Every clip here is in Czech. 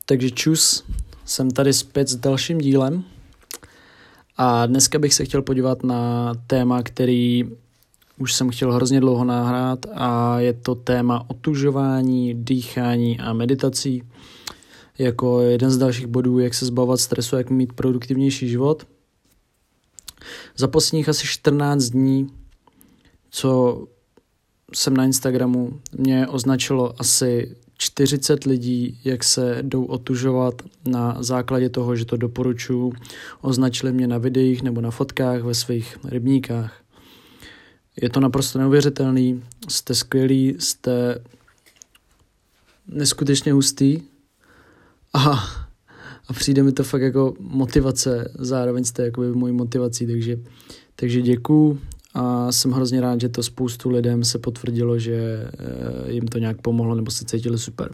Takže čus, jsem tady zpět s dalším dílem a dneska bych se chtěl podívat na téma, který už jsem chtěl hrozně dlouho nahrát, a je to téma otužování, dýchání a meditací jako jeden z dalších bodů, jak se zbavovat stresu, jak mít produktivnější život. Za posledních asi 14 dní, co jsem na Instagramu, mě označilo asi 40 lidí, jak se jdou otužovat na základě toho, že to doporučuju. Označili mě na videích nebo na fotkách ve svých rybníkách. Je to naprosto neuvěřitelný, jste skvělí, jste neskutečně hustý a přijde mi to fakt jako motivace, zároveň jste jakoby mojí motivací, takže děkuju a jsem hrozně rád, že to spoustu lidem se potvrdilo, že jim to nějak pomohlo nebo se cítili super.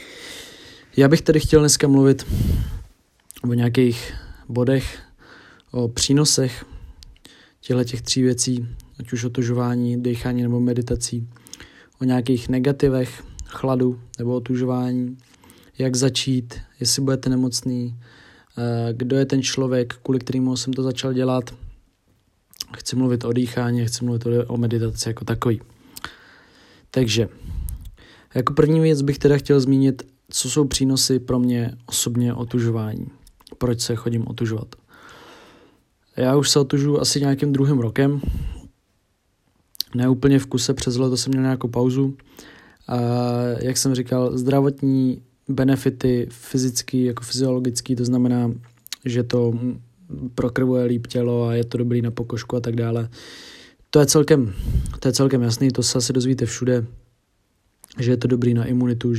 Já bych tady chtěl dneska mluvit o nějakých bodech, o přínosech těch 3 věcí, ať už otužování, dýchání nebo meditací, o nějakých negativech, chladu nebo otužování, jak začít, jestli budete nemocný, kdo je ten člověk, kvůli kterému jsem to začal dělat. Chci mluvit o dýchání, chci mluvit o meditaci jako takový. Takže, jako první věc bych teda chtěl zmínit, co jsou přínosy pro mě osobně otužování. Proč se chodím otužovat. Já už se otužuji asi nějakým 2. rokem. Ne úplně v kuse, přes leto jsem měl nějakou pauzu. A jak jsem říkal, zdravotní benefity fyzický, jako fyziologický, to znamená, že to prokrvuje líp tělo a je to dobrý na pokožku a tak dále. To je celkem jasný, to se asi dozvíte všude, že je to dobrý na imunitu,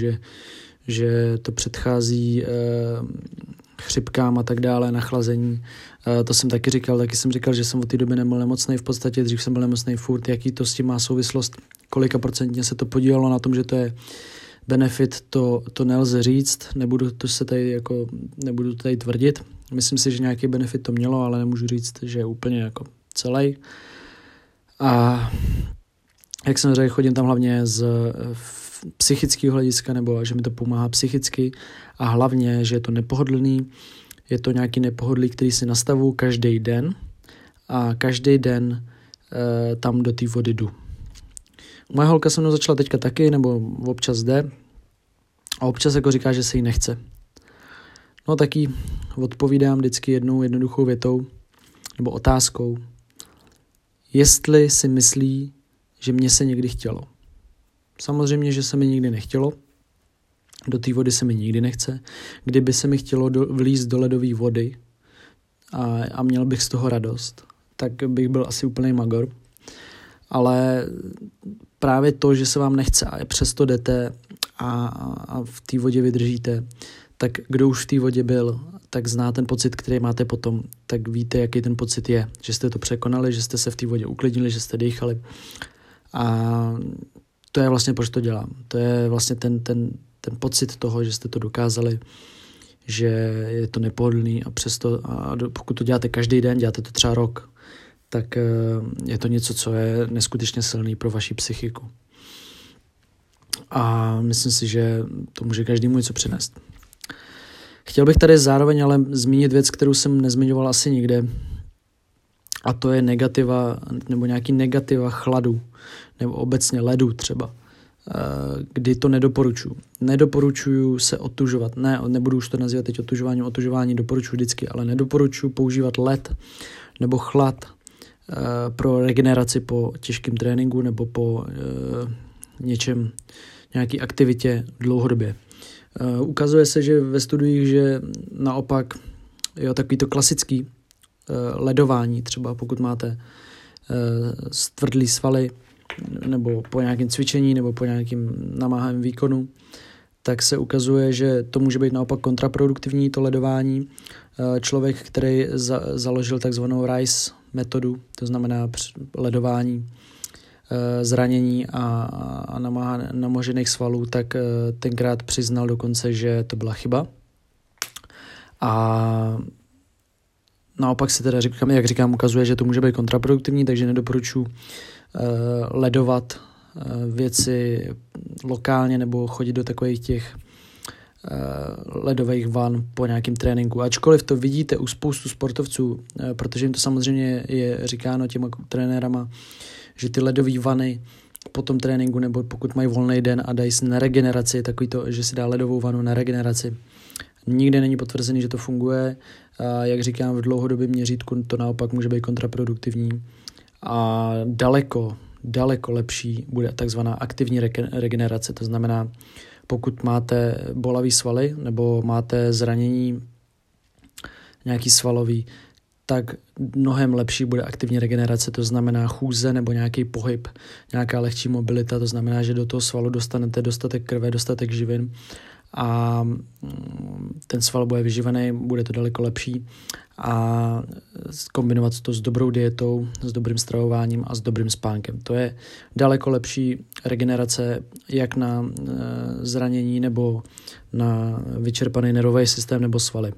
že to předchází chřipkám a tak dále, nachlazení. To jsem taky říkal, že jsem od té doby nebyl nemocnej, v podstatě dřív jsem byl nemocnej furt, jaký to s tím má souvislost, kolika procentně se to podílelo na tom, že to je benefit, to nelze říct, nebudu to tady tvrdit. Myslím si, že nějaký benefit to mělo, ale nemůžu říct, že je úplně jako celý. A jak jsem řekl, chodím tam hlavně z psychického hlediska, nebo že mi to pomáhá psychicky a hlavně, že je to nepohodlný, je to nějaký nepohodlí, který si nastavuju každý den a každý den tam do té vody jdu. Moje holka se mnou začala teďka taky, nebo občas jde a občas jako říká, že se jí nechce. No taky odpovídám vždycky jednou jednoduchou větou nebo otázkou, jestli si myslí, že mě se někdy chtělo. Samozřejmě, že se mi nikdy nechtělo, do té vody se mi nikdy nechce. Kdyby se mi chtělo vlízt do ledové vody a měl bych z toho radost, tak bych byl asi úplný magor. Ale právě to, že se vám nechce a přesto jdete a v té vodě vydržíte, tak kdo už v té vodě byl, tak zná ten pocit, který máte potom, tak víte, jaký ten pocit je. Že jste to překonali, že jste se v té vodě uklidnili, že jste dýchali. A to je vlastně, proč to dělám. To je vlastně ten pocit toho, že jste to dokázali, že je to nepohodlný a přesto, a pokud to děláte každý den, děláte to třeba rok, tak je to něco, co je neskutečně silný pro vaši psychiku. A myslím si, že to může každému něco přinést. Chtěl bych tady zároveň ale zmínit věc, kterou jsem nezmiňoval asi nikde, a to je negativa, nebo nějaký negativa chladu, nebo obecně ledu třeba, kdy to nedoporučuju. Nedoporučuju se otužovat, nebudu už to nazývat teď otužování doporučuji vždycky, ale nedoporučuju používat led nebo chlad pro regeneraci po těžkém tréninku nebo po nějaký aktivitě dlouhodobě. Ukazuje se, že ve studiích, že naopak takový to klasický ledování, třeba pokud máte stvrdlý svaly nebo po nějakém cvičení nebo po nějakém namáhavém výkonu, tak se ukazuje, že to může být naopak kontraproduktivní, to ledování. Člověk, který založil takzvanou RICE metodu, to znamená ledování, zranění a namožených svalů, tak tenkrát přiznal dokonce, že to byla chyba. A naopak se teda ukazuje, že to může být kontraproduktivní, takže nedoporučuji ledovat věci lokálně nebo chodit do takových těch ledových van po nějakém tréninku. Ačkoliv to vidíte u spoustu sportovců, protože jim to samozřejmě je říkáno těma trenérama, že ty ledové vany po tom tréninku nebo pokud mají volný den a dají si na regeneraci, takový to, že si dá ledovou vanu na regeneraci. Nikde není potvrzený, že to funguje. A jak říkám, v dlouhodobém měřítku to naopak může být kontraproduktivní. A daleko lepší bude takzvaná aktivní regenerace. To znamená, pokud máte bolavý svaly nebo máte zranění nějaký svalový, tak mnohem lepší bude aktivní regenerace, to znamená chůze nebo nějaký pohyb, nějaká lehčí mobilita, to znamená, že do toho svalu dostanete dostatek krve, dostatek živin a ten sval bude vyživený, bude to daleko lepší a kombinovat to s dobrou dietou, s dobrým stravováním a s dobrým spánkem. To je daleko lepší regenerace jak na zranění nebo na vyčerpaný nervový systém nebo svaly.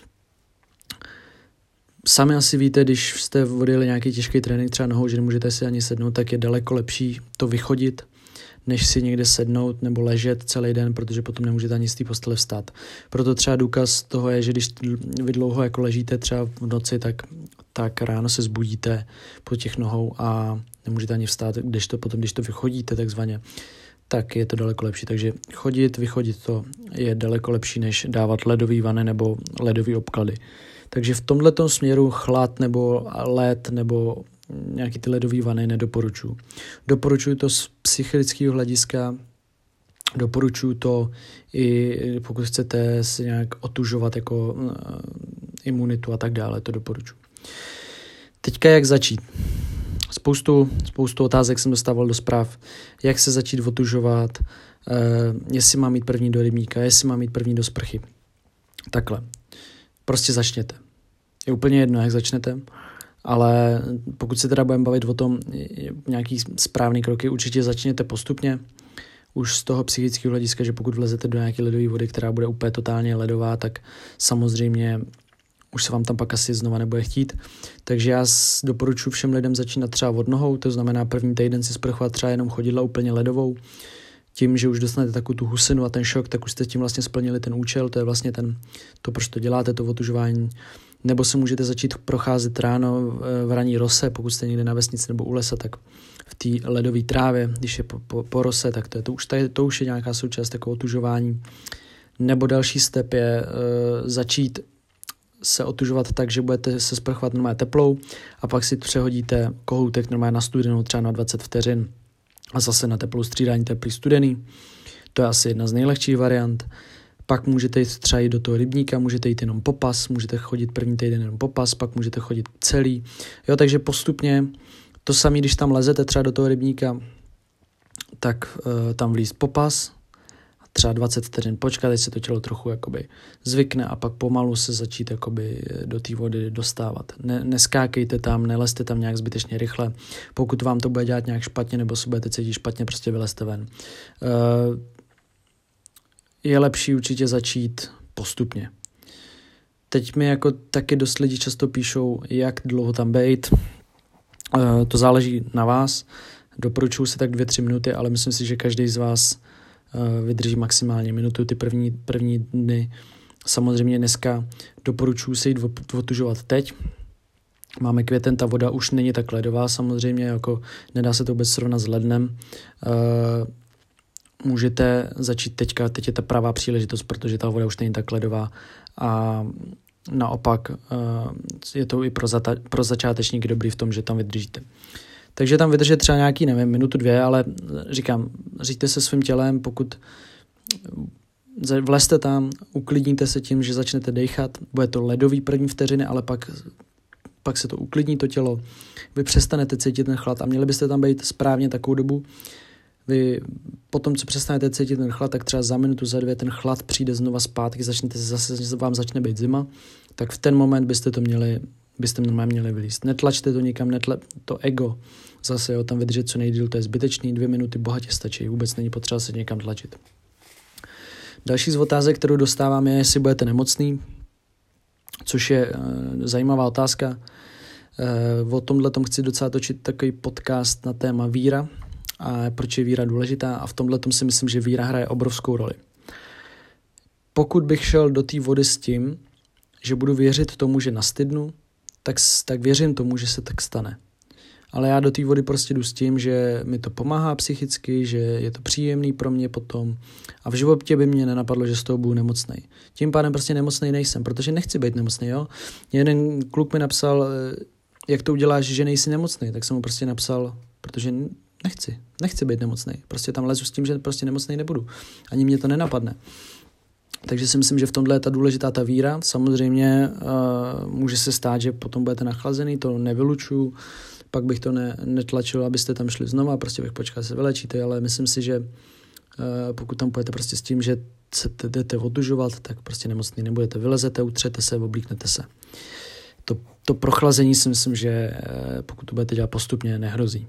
Sami asi víte, když jste odjeli nějaký těžký trénink, třeba nohou, že nemůžete si ani sednout, tak je daleko lepší to vychodit, než si někde sednout nebo ležet celý den, protože potom nemůžete ani z té postele vstát. Proto třeba důkaz toho je, že když vy dlouho jako ležíte třeba v noci, tak ráno se zbudíte po těch nohou a nemůžete ani vstát, když to vychodíte takzvaně, tak je to daleko lepší. Takže vychodit to je daleko lepší, než dávat ledový vany nebo ledový obklady. Takže v tomhletom směru chlad nebo led nebo nějaký ty ledový vany nedoporučuji. Doporučuji to z psychického hlediska, doporučuji to i pokud chcete si nějak otužovat jako imunitu a tak dále, to doporučuji. Teďka jak začít? Spoustu otázek jsem dostával do zpráv, jak se začít otužovat, jestli mám jít první do rybníka, jestli mám jít první do sprchy. Takhle. Prostě začněte. Je úplně jedno, jak začnete, ale pokud se teda budeme bavit o tom nějaký správný kroky, určitě začněte postupně. Už z toho psychického hlediska, že pokud vlezete do nějaké ledové vody, která bude úplně totálně ledová, tak samozřejmě už se vám tam pak asi znova nebude chtít. Takže já doporučuji všem lidem začínat třeba od nohou, to znamená první týden si sprchovat třeba jenom chodidla úplně ledovou. Tím, že už dostanete takovou tu husinu a ten šok, tak už jste tím vlastně splnili ten účel, to je vlastně to, proč to děláte, to otužování. Nebo se můžete začít procházet ráno v ranní rose, pokud jste někde na vesnici nebo u lesa, tak v té ledové trávě, když je po rose, tak to už je nějaká součást takového otužování. Nebo další step je začít se otužovat tak, že budete se sprchovat normálně teplou a pak si přehodíte kohoutek normálně na studenou třeba na 20 vteřin a zase na teplou střídání teplý studený. To je asi jedna z nejlehčích variant. Pak můžete jít třeba jít do toho rybníka, můžete jít jenom popas, můžete chodit první týden jenom popas, pak můžete chodit celý. Jo, takže postupně to samé, když tam lezete třeba do toho rybníka, tak tam vlízt popas, třeba 20 vteřin počkat, teď se to tělo trochu jakoby zvykne a pak pomalu se začít jakoby do té vody dostávat. Neskákejte tam, nelezte tam nějak zbytečně rychle. Pokud vám to bude dělat nějak špatně nebo se budete cítit špatně, prostě vylezte ven. Je lepší určitě začít postupně. Teď mi jako taky dost lidí často píšou, jak dlouho tam bejt. To záleží na vás. Doporučuji se tak 2-3 minuty, ale myslím si, že každý z vás vydrží maximálně minutu ty první dny. Samozřejmě dneska doporučuji se jít otužovat teď. Máme květen, ta voda už není tak ledová samozřejmě, jako nedá se to vůbec srovnat s lednem. Můžete začít teď je ta pravá příležitost, protože ta voda už není tak ledová a naopak je to i pro začátečníky dobrý v tom, že tam vydržíte. Takže tam vydržet třeba nějaký, nevím, minutu, 2, ale říkám, řiďte se svým tělem, pokud vlezte tam, uklidníte se tím, že začnete dechat, bude to ledový první vteřiny, ale pak se to uklidní to tělo, vy přestanete cítit ten chlad a měli byste tam být správně takovou dobu. Vy potom, co přestanete cítit ten chlad, tak třeba za minutu, za 2 ten chlad přijde znova zpátky, vám začne být zima, tak v ten moment byste normálně měli vylízt. Netlačte to nikam, to ego, zase jo, tam vydržet co nejdýl, to je zbytečný, 2 minuty bohatě stačí, vůbec není potřeba se někam tlačit. Další z otázek, kterou dostávám, je, jestli budete nemocný, což je zajímavá otázka. O tomhletom chci docela točit takový podcast na téma víra a proč je víra důležitá a v tomhletom si myslím, že víra hraje obrovskou roli. pokud bych šel do té vody s tím, že budu věřit tomu, že nastydnu, tak věřím tomu, že se tak stane. Ale já do té vody prostě jdu s tím, že mi to pomáhá psychicky, že je to příjemný pro mě potom a v životě by mě nenapadlo, že z toho budu nemocnej. Tím pádem prostě nemocnej nejsem, protože nechci být nemocnej, jo. Jeden kluk mi napsal, jak to uděláš, že nejsi nemocnej, tak jsem mu prostě napsal, protože nechci být nemocnej. Prostě tam lezu s tím, že prostě nemocnej nebudu. Ani mě to nenapadne. Takže si myslím, že v tomhle je ta důležitá ta víra. Samozřejmě může se stát, že potom budete nachlazený, to nevylučuju, pak bych to netlačil, abyste tam šli znova, prostě bych počkal, se vylečíte, ale myslím si, že pokud tam půjdete prostě s tím, že se jdete otužovat, tak prostě nemocný nebudete, vylezete, utřete se, oblíknete se. To prochlazení si myslím, že pokud to budete dělat postupně, nehrozí.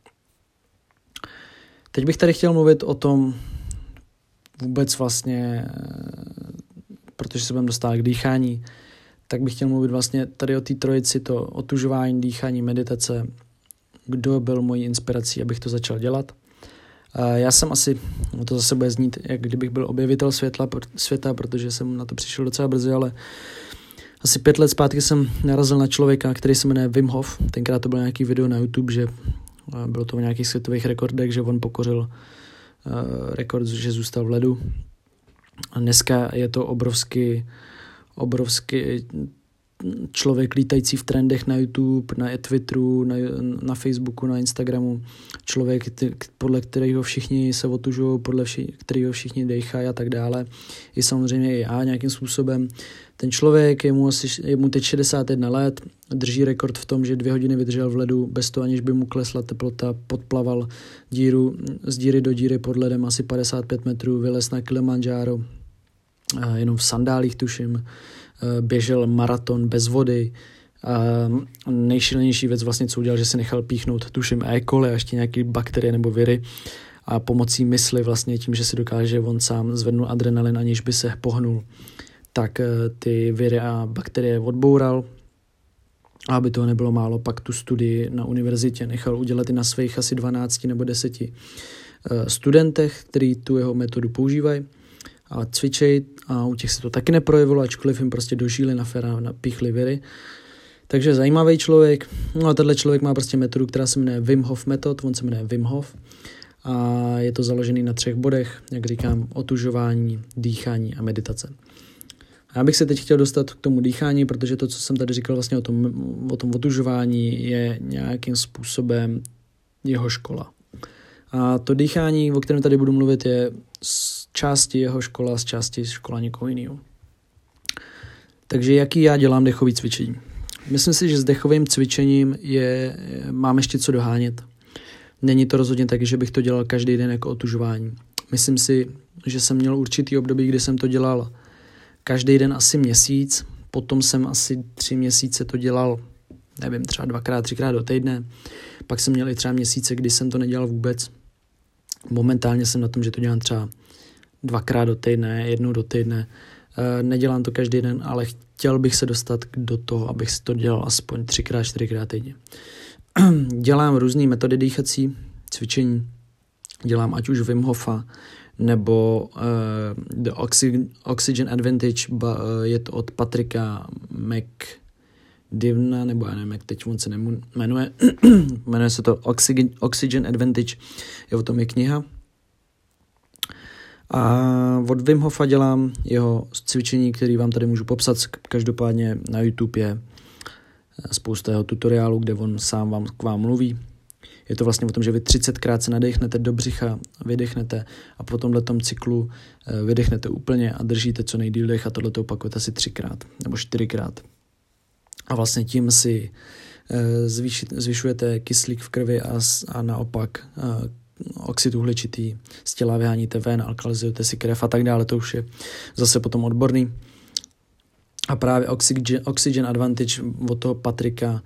Teď bych tady chtěl mluvit o tom vůbec vlastně, protože se budeme dostávat k dýchání, tak bych chtěl mluvit vlastně tady o té trojici, to otužování, dýchání, meditace, kdo byl mojí inspirací, abych to začal dělat. Já jsem asi, to zase bude znít, jak kdybych byl objevitel světa, protože jsem na to přišel docela brzy, ale asi 5 let zpátky jsem narazil na člověka, který se jmenuje Wim Hof. Tenkrát to bylo nějaký video na YouTube, že bylo to v nějakých světových rekordech, že on pokořil rekord, že zůstal v ledu. A dneska je to obrovský člověk lítající v trendech na YouTube, na Twitteru, na Facebooku, na Instagramu. Člověk, podle kterého všichni se otužují, podle kterého všichni dejchají a tak dále. I samozřejmě i já nějakým způsobem. Ten člověk, je mu teď 61 let, drží rekord v tom, že 2 hodiny vydržel v ledu, bez toho aniž by mu klesla teplota, podplaval z díry do díry pod ledem asi 55 metrů, vylez na Kilimanjaro, jenom v sandálích tuším, běžel maraton bez vody. Nejšílenější věc vlastně, co udělal, že si nechal píchnout tuším E. coli a ještě nějaký bakterie nebo viry a pomocí mysli vlastně tím, že si dokáže on sám zvednout adrenalin, aniž by se pohnul, tak ty viry a bakterie odboural. A aby toho nebylo málo, pak tu studii na univerzitě nechal udělat i na svých asi 12 nebo 10 studentech, který tu jeho metodu používají a cvičej a u těch se to taky neprojevilo, ačkoliv jim prostě do žíly napíchli viry. Takže zajímavý člověk. No a tenhle člověk má prostě metodu, která se jmenuje Wim Hof metod, on se jmenuje Wim Hof a je to založený na 3 bodech, jak říkám, otužování, dýchání a meditace. Já bych se teď chtěl dostat k tomu dýchání, protože to, co jsem tady říkal vlastně o tom otužování, je nějakým způsobem jeho škola. A to dýchání, o kterém tady budu mluvit, je z části jeho škola, z části škola někoho jiného. Takže jaký já dělám dechový cvičení? Myslím si, že s dechovým cvičením mám ještě co dohánět. Není to rozhodně tak, že bych to dělal každý den jako otužování. Myslím si, že jsem měl určitý období, kdy jsem to dělal každý den asi měsíc, potom jsem asi 3 měsíce to dělal, nevím, třeba 2x, 3x do týdne, pak jsem měl i třeba měsíce, kdy jsem to nedělal vůbec. Momentálně jsem na tom, že to dělám třeba 2x do týdne, 1 do týdne. Nedělám to každý den, ale chtěl bych se dostat do toho, abych si to dělal aspoň 3x, 4x týdně. Dělám různé metody dýchací, cvičení. Dělám ať už Wim Hofa, nebo The Oxygen Advantage, je to od Patricka McDivna, nebo já nevím, jak teď on se jmenuje. Jmenuje se to Oxygen Advantage, je o tom je kniha. A od Wim Hofa dělám jeho cvičení, který vám tady můžu popsat. Každopádně na YouTube je spousta jeho tutoriálů, kde on sám k vám mluví. Je to vlastně o tom, že vy 30krát se nadechnete do břicha, vydechnete a po tomhletom cyklu vydechnete úplně a držíte co nejdýl dech a tohleto opakujete asi 3x nebo 4x. A vlastně tím si zvyšujete kyslík v krvi a naopak oxid uhličitý z těla vyháníte ven, alkalizujete si krev a tak dále, to už je zase potom odborný. A právě Oxygen Advantage od toho Patricka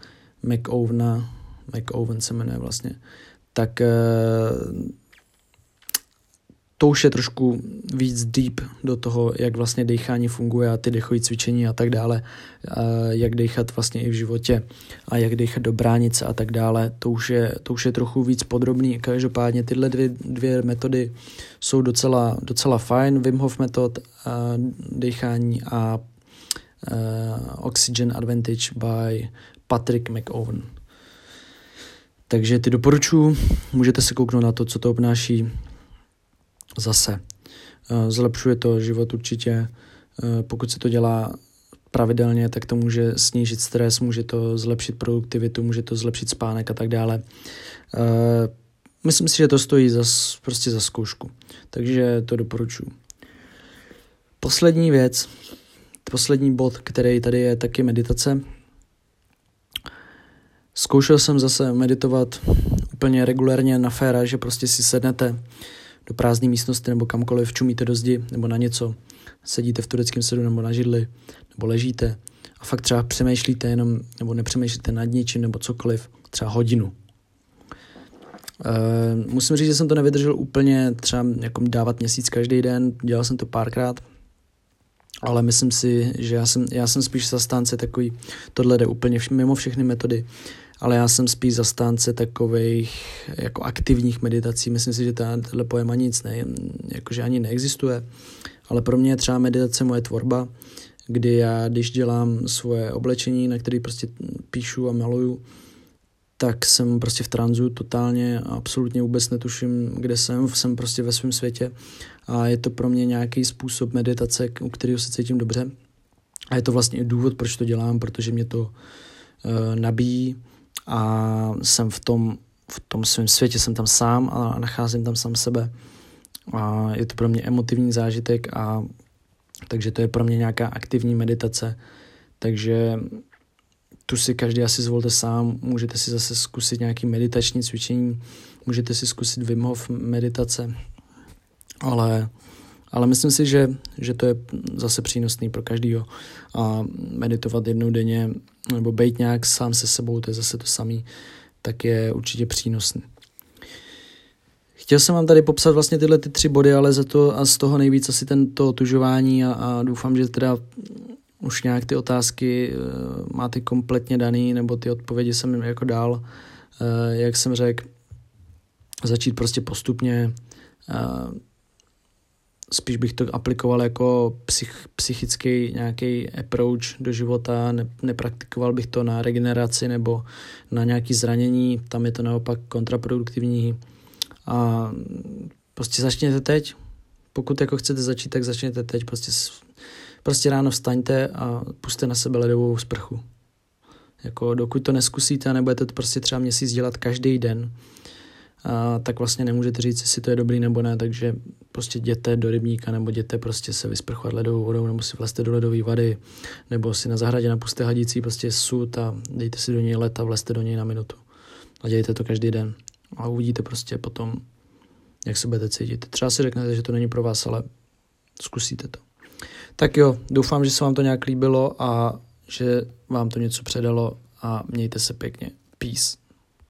McOwen se jmenuje vlastně, tak to už je trošku víc deep do toho, jak vlastně dechání funguje a ty dechové cvičení a tak dále, jak dechat vlastně i v životě a jak dechat do bránice a tak dále. To už je trochu víc podrobný. Každopádně tyhle dvě metody jsou docela fajn. Wim Hof metod dechání a Oxygen Advantage by Patrick McEwen. Takže ty doporučuji, můžete se kouknout na to, co to obnáší. Zase zlepšuje to život určitě, pokud se to dělá pravidelně, tak to může snížit stres, může to zlepšit produktivitu, může to zlepšit spánek a tak dále. Myslím si, že to stojí prostě za zkoušku, takže to doporučuji. Poslední bod, který tady je taky meditace. Zkoušel jsem zase meditovat úplně regulérně na féra, že prostě si sednete do prázdné místnosti nebo kamkoliv, čumíte do zdi nebo na něco, sedíte v tureckém sedu nebo na židli, nebo ležíte a fakt třeba přemýšlíte jenom, nebo nepřemýšlíte nad ničím nebo cokoliv, třeba hodinu. Musím říct, že jsem to nevydržel úplně třeba jako dávat měsíc každý den, dělal jsem to párkrát, ale myslím si, že já jsem spíš zastánce takový, tohle jde úplně mimo všechny metody, ale já jsem spíš zastánce takových jako aktivních meditací. Myslím si, že tenhle pojem ani nic jakože ani neexistuje, ale pro mě je třeba meditace moje tvorba, kdy já, když dělám svoje oblečení, na který prostě píšu a maluju, tak jsem prostě v tranzu totálně a absolutně vůbec netuším, kde jsem prostě ve svém světě a je to pro mě nějaký způsob meditace, u kterého se cítím dobře a je to vlastně i důvod, proč to dělám, protože mě to nabíjí a jsem v tom svém světě, jsem tam sám a nacházím tam sám sebe a je to pro mě emotivní zážitek a takže to je pro mě nějaká aktivní meditace, takže tu si každý asi zvolte sám, můžete si zase zkusit nějaký meditační cvičení, můžete si zkusit Wim Hof meditace, ale myslím si, že to je zase přínosný pro každýho a meditovat jednou denně nebo být nějak sám se sebou, to je zase to samý, tak je určitě přínosný. Chtěl jsem vám tady popsat vlastně tyhle 3 body, ale z toho nejvíc asi to otužování a doufám, že teda už nějak ty otázky máte kompletně daný, nebo ty odpovědi jsem jim jako dal. Jak jsem řekl, začít prostě postupně. Spíš bych to aplikoval jako psychický nějaký approach do života, nepraktikoval bych to na regeneraci nebo na nějaké zranění, tam je to naopak kontraproduktivní. A prostě začněte teď. Pokud jako chcete začít, tak začněte teď. Prostě ráno vstaňte a pusťte na sebe ledovou sprchu. Jako dokud to neskusíte a nebudete to prostě třeba měsíc dělat každý den, tak vlastně nemůžete říct, jestli to je dobrý nebo ne, takže prostě jděte do rybníka nebo jděte prostě se vysprchovat ledovou vodou nebo si vlezte do ledové vady nebo si na zahradě napuste hadící prostě sud a dejte si do něj led a vlezte do něj na minutu. A dějte to každý den a uvidíte prostě potom, jak se budete cítit. Třeba si řeknete, že to není pro vás, ale zkusíte to. Tak jo, doufám, že se vám to nějak líbilo a že vám to něco předalo a mějte se pěkně. Peace.